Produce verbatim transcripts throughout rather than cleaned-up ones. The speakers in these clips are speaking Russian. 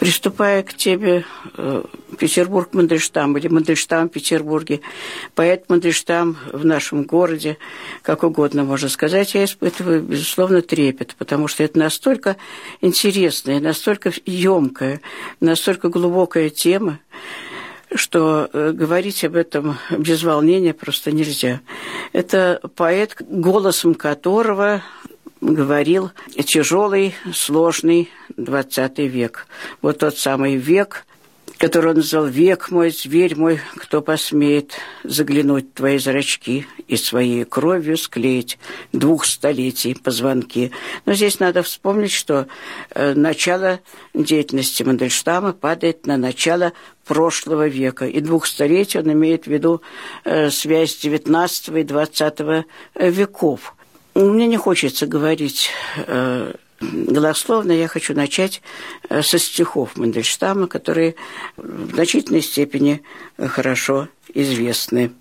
Приступая к теме э, Петербург-Мандельштам или Мандельштам в Петербурге, поэт Мандельштам в нашем городе, как угодно можно сказать, я испытываю, безусловно, трепет, потому что это настолько интересная, настолько емкая, настолько глубокая тема, что э, говорить об этом без волнения просто нельзя. Это поэт, голосом которого говорил тяжелый, сложный двадцатый век. Вот тот самый век, который он назвал «Век мой, зверь мой, кто посмеет заглянуть в твои зрачки и своей кровью склеить двух столетий позвонки». Но здесь надо вспомнить, что э, начало деятельности Мандельштама падает на начало прошлого века. И двух столетий он имеет в виду э, связь девятнадцатого и двадцатого веков. Мне не хочется говорить э, голословно, я хочу начать э, со стихов Мандельштама, которые в значительной степени хорошо известны.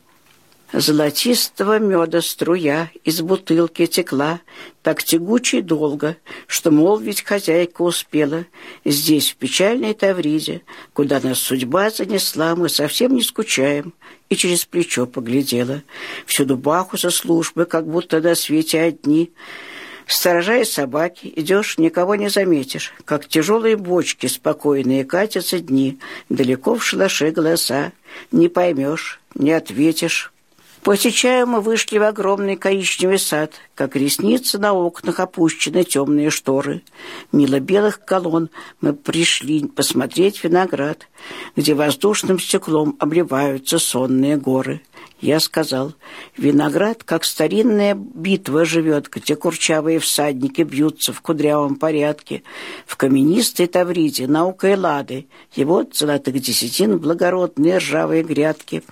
«Золотистого меда струя из бутылки текла так тягуче и долго, что, молвить, хозяйка успела. Здесь, в печальной Тавриде, куда нас судьба занесла, мы совсем не скучаем». И через плечо поглядела. Всюду Бахуса службы, как будто на свете одни. Сторожа и собаки, идешь, никого не заметишь, как тяжелые бочки спокойные катятся дни, далеко в шалаше голоса. Не поймешь, не ответишь. После чаю мы вышли в огромный коричневый сад, как ресницы на окнах опущены темные шторы. Мимо белых колонн мы пришли посмотреть виноград, где воздушным стеклом обливаются сонные горы. Я сказал, виноград, как старинная битва живет, где курчавые всадники бьются в кудрявом порядке, в каменистой Тавриде, наукой лады, и вот золотых десятин благородные ржавые грядки.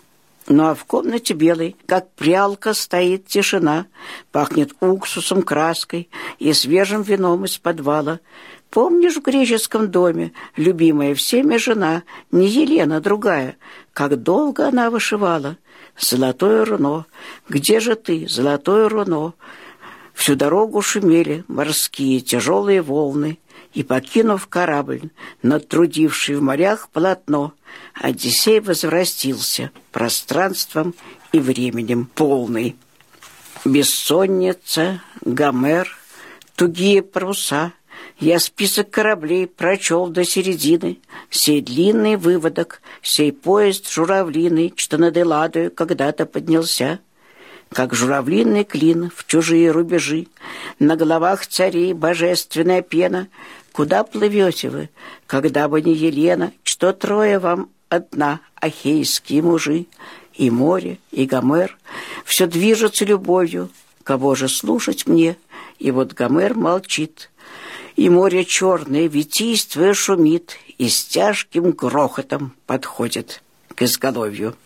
Ну а в комнате белой, как прялка, стоит тишина, пахнет уксусом, краской и свежим вином из подвала. Помнишь, в греческом доме любимая всеми жена, не Елена, другая, как долго она вышивала? Золотое руно, где же ты, золотое руно? Всю дорогу шумели морские тяжелые волны, и, покинув корабль, натрудивший в морях полотно, Одиссей возвратился пространством и временем полный. Бессонница, Гомер, тугие паруса. Я список кораблей прочел до середины, сей длинный выводок, сей поезд журавлиный, что над Элладою когда-то поднялся. Как журавлиный клин в чужие рубежи, на головах царей божественная пена. Куда плывете вы, когда бы не Елена, что трое вам одна, ахейские мужи, и море, и Гомер, все движется любовью, кого же слушать мне? И вот Гомер молчит, и море черное, витийствуя, шумит, и с тяжким грохотом подходит к изголовью.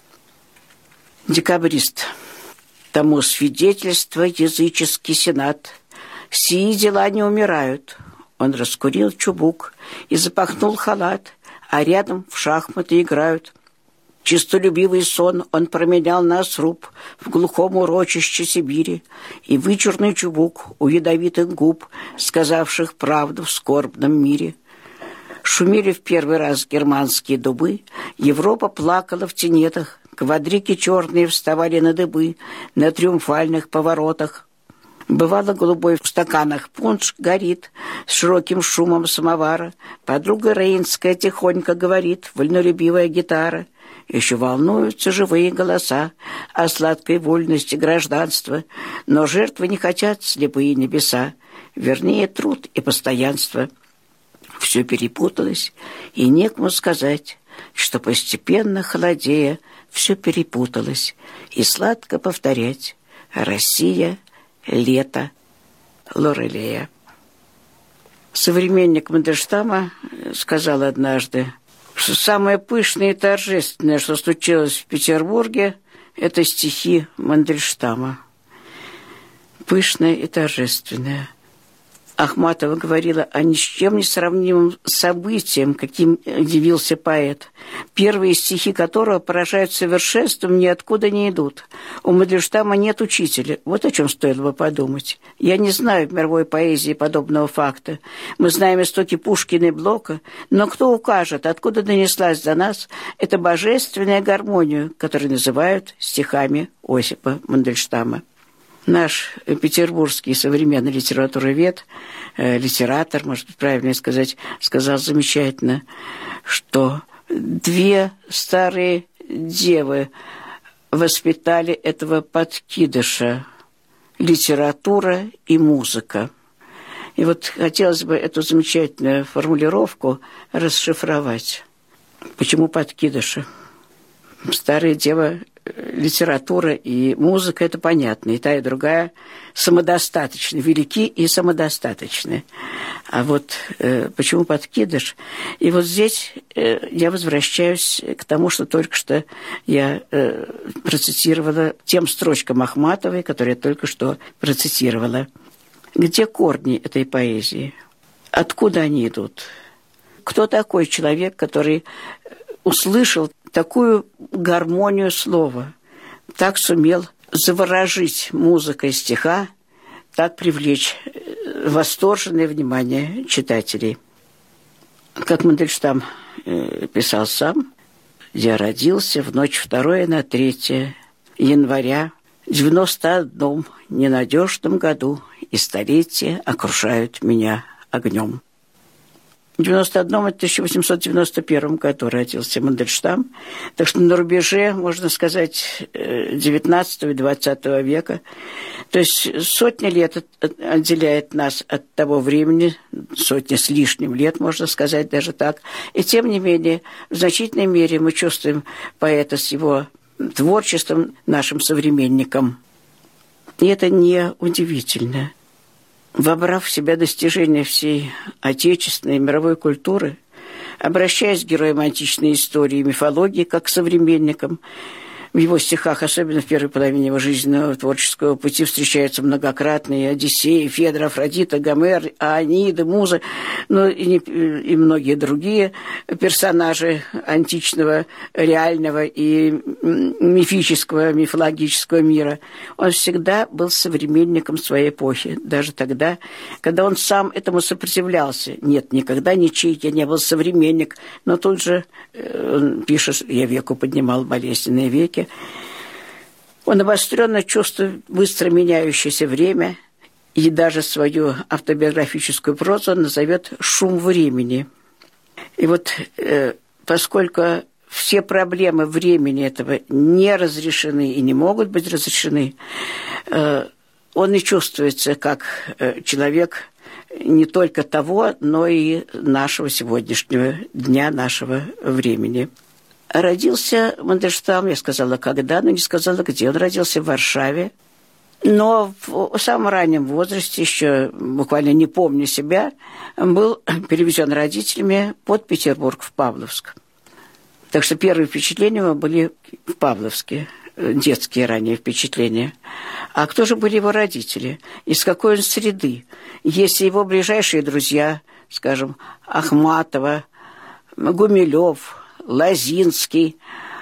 Декабрист. Тому свидетельство языческий сенат. Сии дела не умирают. Он раскурил чубук и запахнул халат, а рядом в шахматы играют. Чистолюбивый сон он променял на сруб в глухом урочище Сибири и вычурный чубук у ядовитых губ, сказавших правду в скорбном мире. Шумели в первый раз германские дубы, Европа плакала в тенетах, квадрики черные вставали на дыбы на триумфальных поворотах. Бывало, голубой в стаканах пунш горит с широким шумом самовара. Подруга Рейнская тихонько говорит, вольнолюбивая гитара. Еще волнуются живые голоса о сладкой вольности гражданства, но жертвы не хотят слепые небеса, вернее, труд и постоянство. Все перепуталось, и некому сказать, что постепенно, холодея, все перепуталось, и сладко повторять «Россия, лето, Лорелея». Современник Мандельштама сказал однажды, что самое пышное и торжественное, что случилось в Петербурге, это стихи Мандельштама. Пышное и торжественное. Ахматова говорила о ни с чем не сравнимом событием, каким явился поэт, первые стихи которого поражают совершенством, ниоткуда не идут. У Мандельштама нет учителя. Вот о чем стоило бы подумать. Я не знаю в мировой поэзии подобного факта. Мы знаем истоки Пушкина и Блока, но кто укажет, откуда донеслась до нас эта божественная гармонию, которую называют стихами Осипа Мандельштама? Наш петербургский современный литературовед, э, литератор, может быть, правильно сказать, сказал замечательно, что две старые девы воспитали этого подкидыша – литература и музыка. И вот хотелось бы эту замечательную формулировку расшифровать. Почему подкидыши? Старая дева – литература и музыка – это понятно. И та, и другая самодостаточны, велики и самодостаточны. А вот э, почему подкидыш? И вот здесь э, я возвращаюсь к тому, что только что я э, процитировала, тем строчкам Ахматовой, которые я только что процитировала. Где корни этой поэзии? Откуда они идут? Кто такой человек, который услышал такую гармонию слова, так сумел заворожить музыкой стиха, так привлечь восторженное внимание читателей? Как Мандельштам писал сам, я родился в ночь второе на третье января в девяносто одном ненадежном году, и столетия окружают меня огнем. В девяносто одном, это тысяча восемьсот девяносто первом году родился Мандельштам. Так что на рубеже, можно сказать, девятнадцатого и двадцатого века. То есть сотни лет отделяет нас от того времени, сотни с лишним лет, можно сказать даже так. И тем не менее, в значительной мере мы чувствуем поэта с его творчеством, нашим современником. И это не удивительно. Вобрав в себя достижения всей отечественной и мировой культуры, обращаясь к героям античной истории и мифологии как к современникам, в его стихах, особенно в первой половине его жизненного творческого пути, встречаются многократные Одиссей, Федор, Афродита, Гомер, Аида, Муза, ну и, не, и многие другие персонажи античного, реального и мифического, мифологического мира. Он всегда был современником своей эпохи, даже тогда, когда он сам этому сопротивлялся. Нет, никогда ничей я не был современник, но тут же он пишет, я веку поднимал болезненные веки. Он обостренно чувствует быстро меняющееся время, и даже свою автобиографическую прозу он назовет «Шум времени». И вот э, поскольку все проблемы времени этого не разрешены и не могут быть разрешены, э, он и чувствуется как э, человек не только того, но и нашего сегодняшнего дня, нашего времени. Родился Мандельштам, я сказала, когда, но не сказала, где. Он родился в Варшаве. Но в самом раннем возрасте, еще буквально не помню себя, был перевезен родителями под Петербург, в Павловск. Так что первые впечатления его были в Павловске, детские ранние впечатления. А кто же были его родители? Из какой он среды? Если его ближайшие друзья, скажем, Ахматова, Гумилев, Лозинский,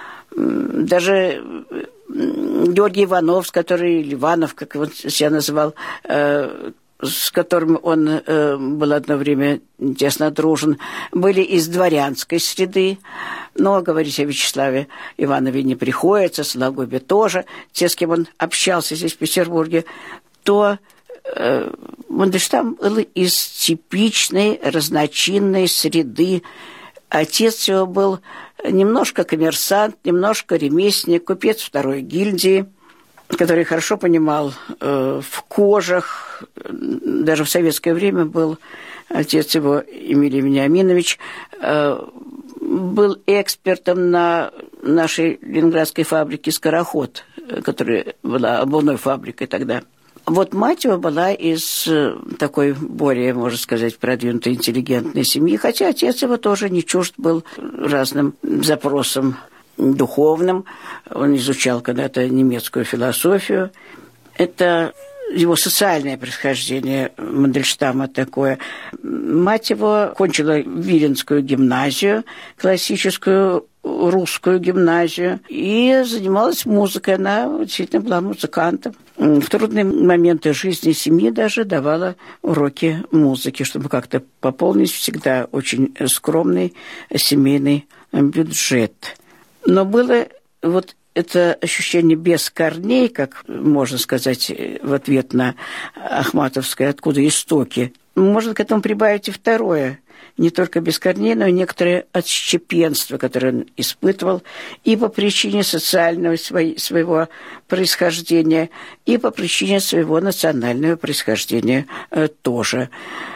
даже Георгий Иванов, который, Ливанов, как он себя называл, э, с которым он э, был одно время тесно дружен, были из дворянской среды. Но говорить о Вячеславе Иванове не приходится, Сологубе тоже, те, с кем он общался здесь, в Петербурге, то э, Мандельштам был из типичной разночинной среды. Отец его был немножко коммерсант, немножко ремесленник, купец второй гильдии, который хорошо понимал э, в кожах, даже в советское время был отец его, Эмилий Вениаминович, э, был экспертом на нашей ленинградской фабрике «Скороход», которая была обувной фабрикой тогда. Вот мать его была из такой более, можно сказать, продвинутой, интеллигентной семьи, хотя отец его тоже не чужд был разным запросам духовным. Он изучал когда-то немецкую философию. Это его социальное происхождение Мандельштама такое. Мать его кончила Виленскую гимназию, классическую русскую гимназию, и занималась музыкой. Она действительно была музыкантом. В трудные моменты жизни семьи даже давала уроки музыки, чтобы как-то пополнить всегда очень скромный семейный бюджет. Но было вот это ощущение без корней, как можно сказать в ответ на Ахматовское «Откуда истоки?». Можно к этому прибавить и второе. Не только без корней, но и некоторое отщепенство, которое он испытывал и по причине социального своего происхождения, и по причине своего национального происхождения тоже.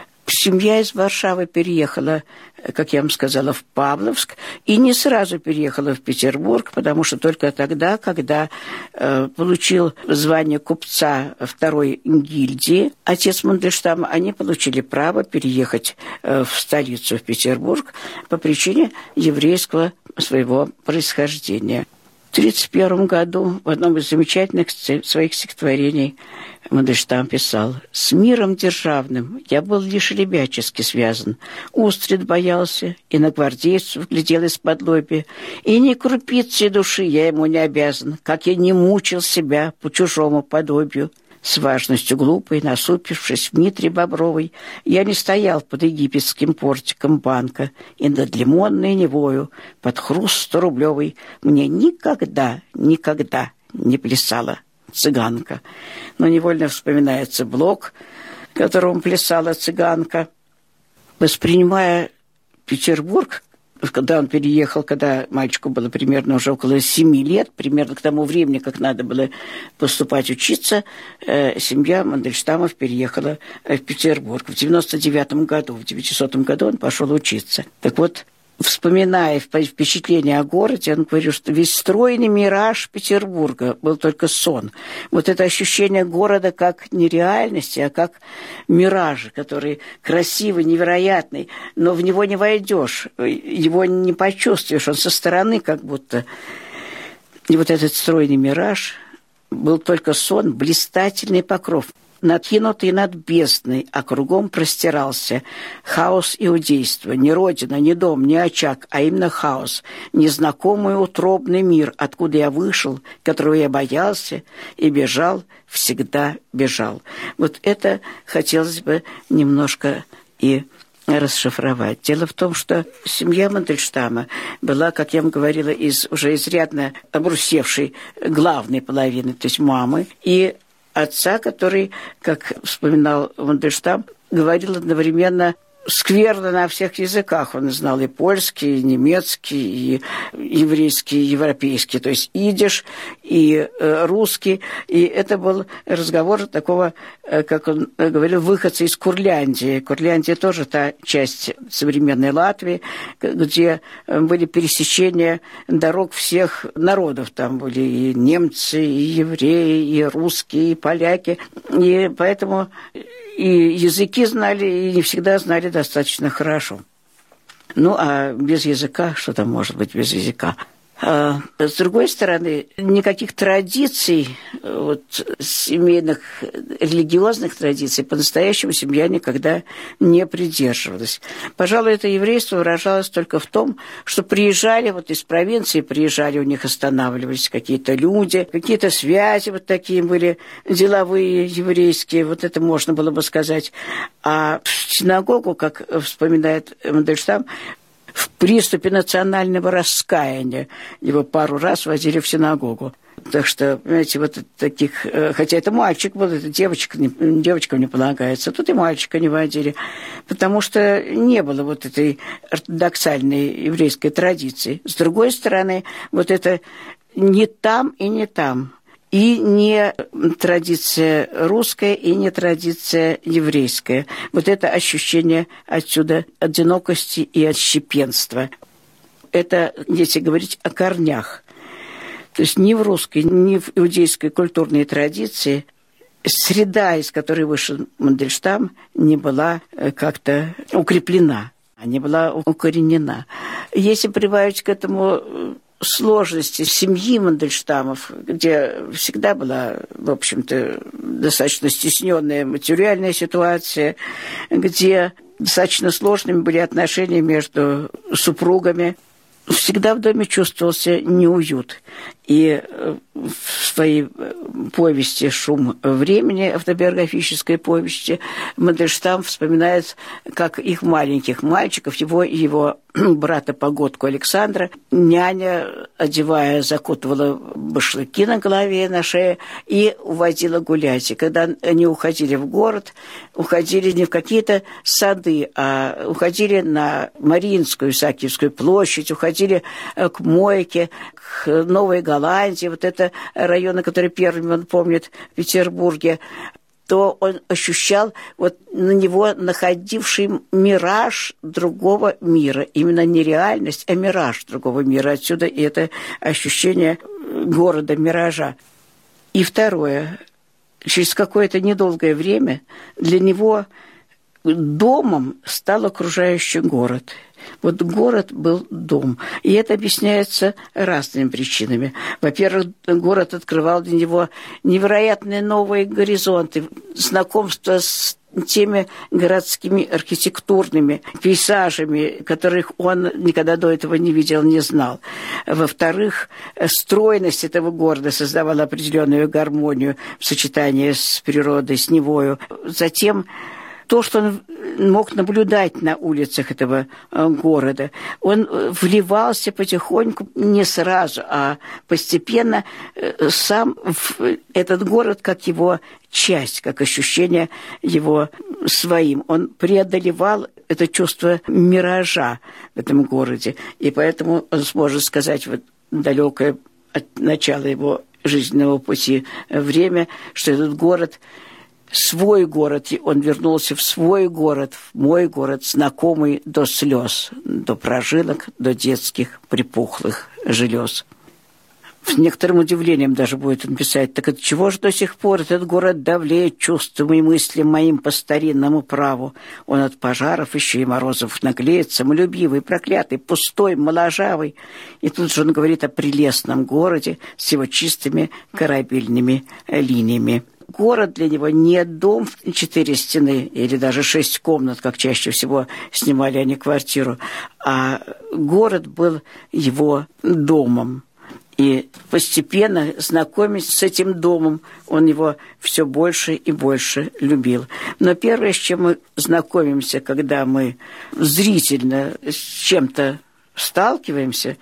Семья из Варшавы переехала, как я вам сказала, в Павловск, и не сразу переехала в Петербург, потому что только тогда, когда э, получил звание купца второй гильдии, отец Мандельштама, они получили право переехать э, в столицу, в Петербург, по причине еврейского своего происхождения. В тысяча девятьсот тридцать первом году в одном из замечательных своих стихотворений Мандельштам писал: «С миром державным я был лишь ребячески связан, устриц боялся и на гвардейцев глядел из-под лобья, и ни крупицы души я ему не обязан, как я не мучил себя по чужому подобию. С важностью глупой, насупившись в митре бобровой, я не стоял под египетским портиком банка, и над лимонной Невою, под хруст сторублевый, мне никогда, никогда не плясала цыганка». Но невольно вспоминается Блок, которому плясала цыганка. Воспринимая Петербург, когда он переехал, когда мальчику было примерно уже около семи лет, примерно к тому времени, как надо было поступать учиться, э, семья Мандельштамов переехала в Петербург. В девяносто девятом году, в девятисотом году он пошел учиться. Так вот, вспоминая впечатление о городе, он говорил, что весь стройный мираж Петербурга был только сон. Вот это ощущение города как не реальности, а как миража, который красивый, невероятный, но в него не войдешь, его не почувствуешь, он со стороны как будто. И вот этот стройный мираж был только сон, блистательный покров, надкинутый над бездной, а кругом простирался хаос иудейства. Не родина, не дом, не очаг, а именно хаос. Незнакомый утробный мир, откуда я вышел, которого я боялся и бежал, всегда бежал. Вот это хотелось бы немножко и расшифровать. Дело в том, что семья Мандельштама была, как я вам говорила, из уже изрядно обрусевшей главной половины, то есть мамы, и отца, который, как вспоминал Мандельштам, говорил одновременно скверно на всех языках. Он знал и польский, и немецкий, и еврейский, и европейский, то есть идиш, и э, русский. И это был разговор такого, э, как он говорил, выходца из Курляндии. Курляндия тоже та часть современной Латвии, где были пересечения дорог всех народов. Там были и немцы, и евреи, и русские, и поляки. И поэтому и языки знали, и не всегда знали достаточно хорошо. Ну, а без языка, что там может быть без языка? А, с другой стороны, никаких традиций, вот, семейных, религиозных традиций по-настоящему семья никогда не придерживалась. Пожалуй, это еврейство выражалось только в том, что приезжали вот из провинции, приезжали, у них останавливались какие-то люди, какие-то связи вот такие были, деловые, еврейские, вот это можно было бы сказать. А в синагогу, как вспоминает Мандельштам, в приступе национального раскаяния его пару раз возили в синагогу. Так что, понимаете, вот таких... Хотя это мальчик был, это девочка, девочкам не полагается. Тут и мальчика не водили. Потому что не было вот этой ортодоксальной еврейской традиции. С другой стороны, вот это не там и не там. И не традиция русская, и не традиция еврейская. Вот это ощущение отсюда одинокости и отщепенства. Это, если говорить о корнях. То есть ни в русской, ни в иудейской культурной традиции среда, из которой вышел Мандельштам, не была как-то укреплена, не была укоренена. Если прибавить к этому сложности семьи Мандельштамов, где всегда была, в общем-то, достаточно стесненная материальная ситуация, где достаточно сложными были отношения между супругами, всегда в доме чувствовался неуют. И в своей повести «Шум времени», автобиографической повести, Мандельштам вспоминает, как их маленьких мальчиков, его и его брата-погодку Александра, няня, одевая, закутывала башлыки на голове и на шее и уводила гулять. И когда они уходили в город, уходили не в какие-то сады, а уходили на Мариинскую, Исаакиевскую площадь, уходили к Мойке, к Новой Голландии, вот это районы, которые первыми он помнит в Петербурге, то он ощущал вот на него находивший мираж другого мира. Именно не реальность, а мираж другого мира. Отсюда и это ощущение города-миража. И второе. Через какое-то недолгое время для него домом стал окружающий город. Вот город был дом. И это объясняется разными причинами. Во-первых, город открывал для него невероятные новые горизонты, знакомство с теми городскими архитектурными пейзажами, которых он никогда до этого не видел, не знал. Во-вторых, стройность этого города создавала определенную гармонию в сочетании с природой, с Невою. Затем то, что он мог наблюдать на улицах этого города, он вливался потихоньку, не сразу, а постепенно сам в этот город как его часть, как ощущение его своим. Он преодолевал это чувство миража в этом городе. И поэтому он сможет сказать вот далекое от начала его жизненного пути время, что этот город свой город, он вернулся в свой город, в мой город, знакомый до слез, до прожилок, до детских припухлых желез. С некоторым удивлением даже будет он писать, так от чего же до сих пор этот город давлеет чувством и мыслям моим по старинному праву? Он от пожаров еще и морозов наглеет, самолюбивый, проклятый, пустой, моложавый. И тут же он говорит о прелестном городе с его чистыми корабельными линиями. Город для него не дом в четыре стены или даже шесть комнат, как чаще всего снимали они квартиру, а город был его домом. И постепенно, знакомясь с этим домом, он его все больше и больше любил. Но первое, с чем мы знакомимся, когда мы зрительно с чем-то сталкиваемся,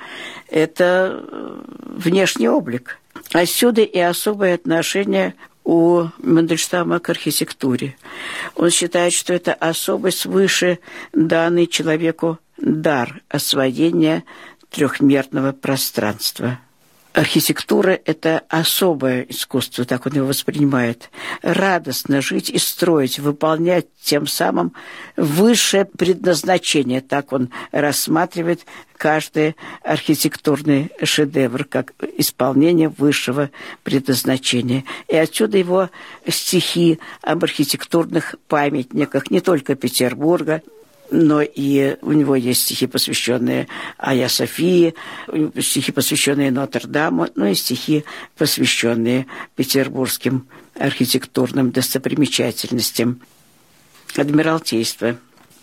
это внешний облик. Отсюда и особое отношение у Мандельштама к архитектуре. Он считает, что это особый свыше данный человеку дар освоения трехмерного пространства. Архитектура – это особое искусство, так он его воспринимает. Радостно жить и строить, выполнять тем самым высшее предназначение. Так он рассматривает каждый архитектурный шедевр как исполнение высшего предназначения. И отсюда его стихи об архитектурных памятниках не только Петербурга, но и у него есть стихи, посвященные Айя Софии, стихи, посвященные Нотр-Даму, ну и стихи, посвященные петербургским архитектурным достопримечательностям. Адмиралтейство.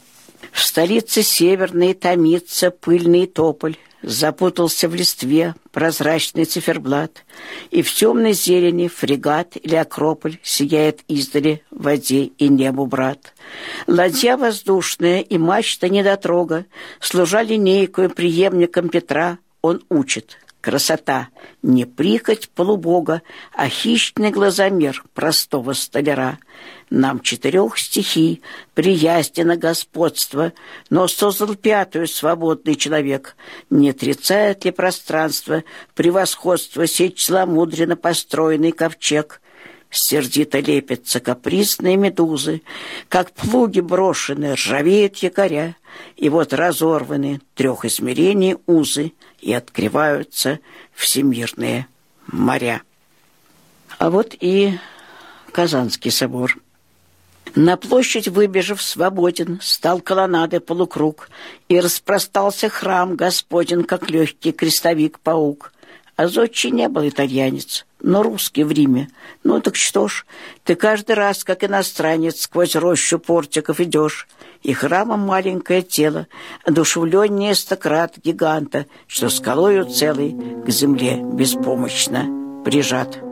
В столице северной томится пыльный тополь, запутался в листве прозрачный циферблат, и в темной зелени фрегат или акрополь сияет издали в воде и небу брат. Ладья воздушная и мачта недотрога, служа линейкою преемником Петра, он учит. Красота — не прихоть полубога, а хищный глазомер простого столяра. Нам четырех стихий приязнено господство, но создал пятую свободный человек. Не отрицает ли пространство превосходство сей целомудренно построенный ковчег? Сердито лепятся капризные медузы, как плуги брошены, ржавеют якоря, и вот разорваны трех измерений узы, и открываются всемирные моря. А вот и Казанский собор. На площадь, выбежав свободен, стал колоннады полукруг, и распростался храм Господен, как легкий крестовик-паук. А зодчий не был итальянец, но русский в Риме. Ну так что ж, ты каждый раз, как иностранец, сквозь рощу портиков идешь, и храмом маленькое тело, одушевленнее стократ гиганта, что скалою целый к земле беспомощно прижат.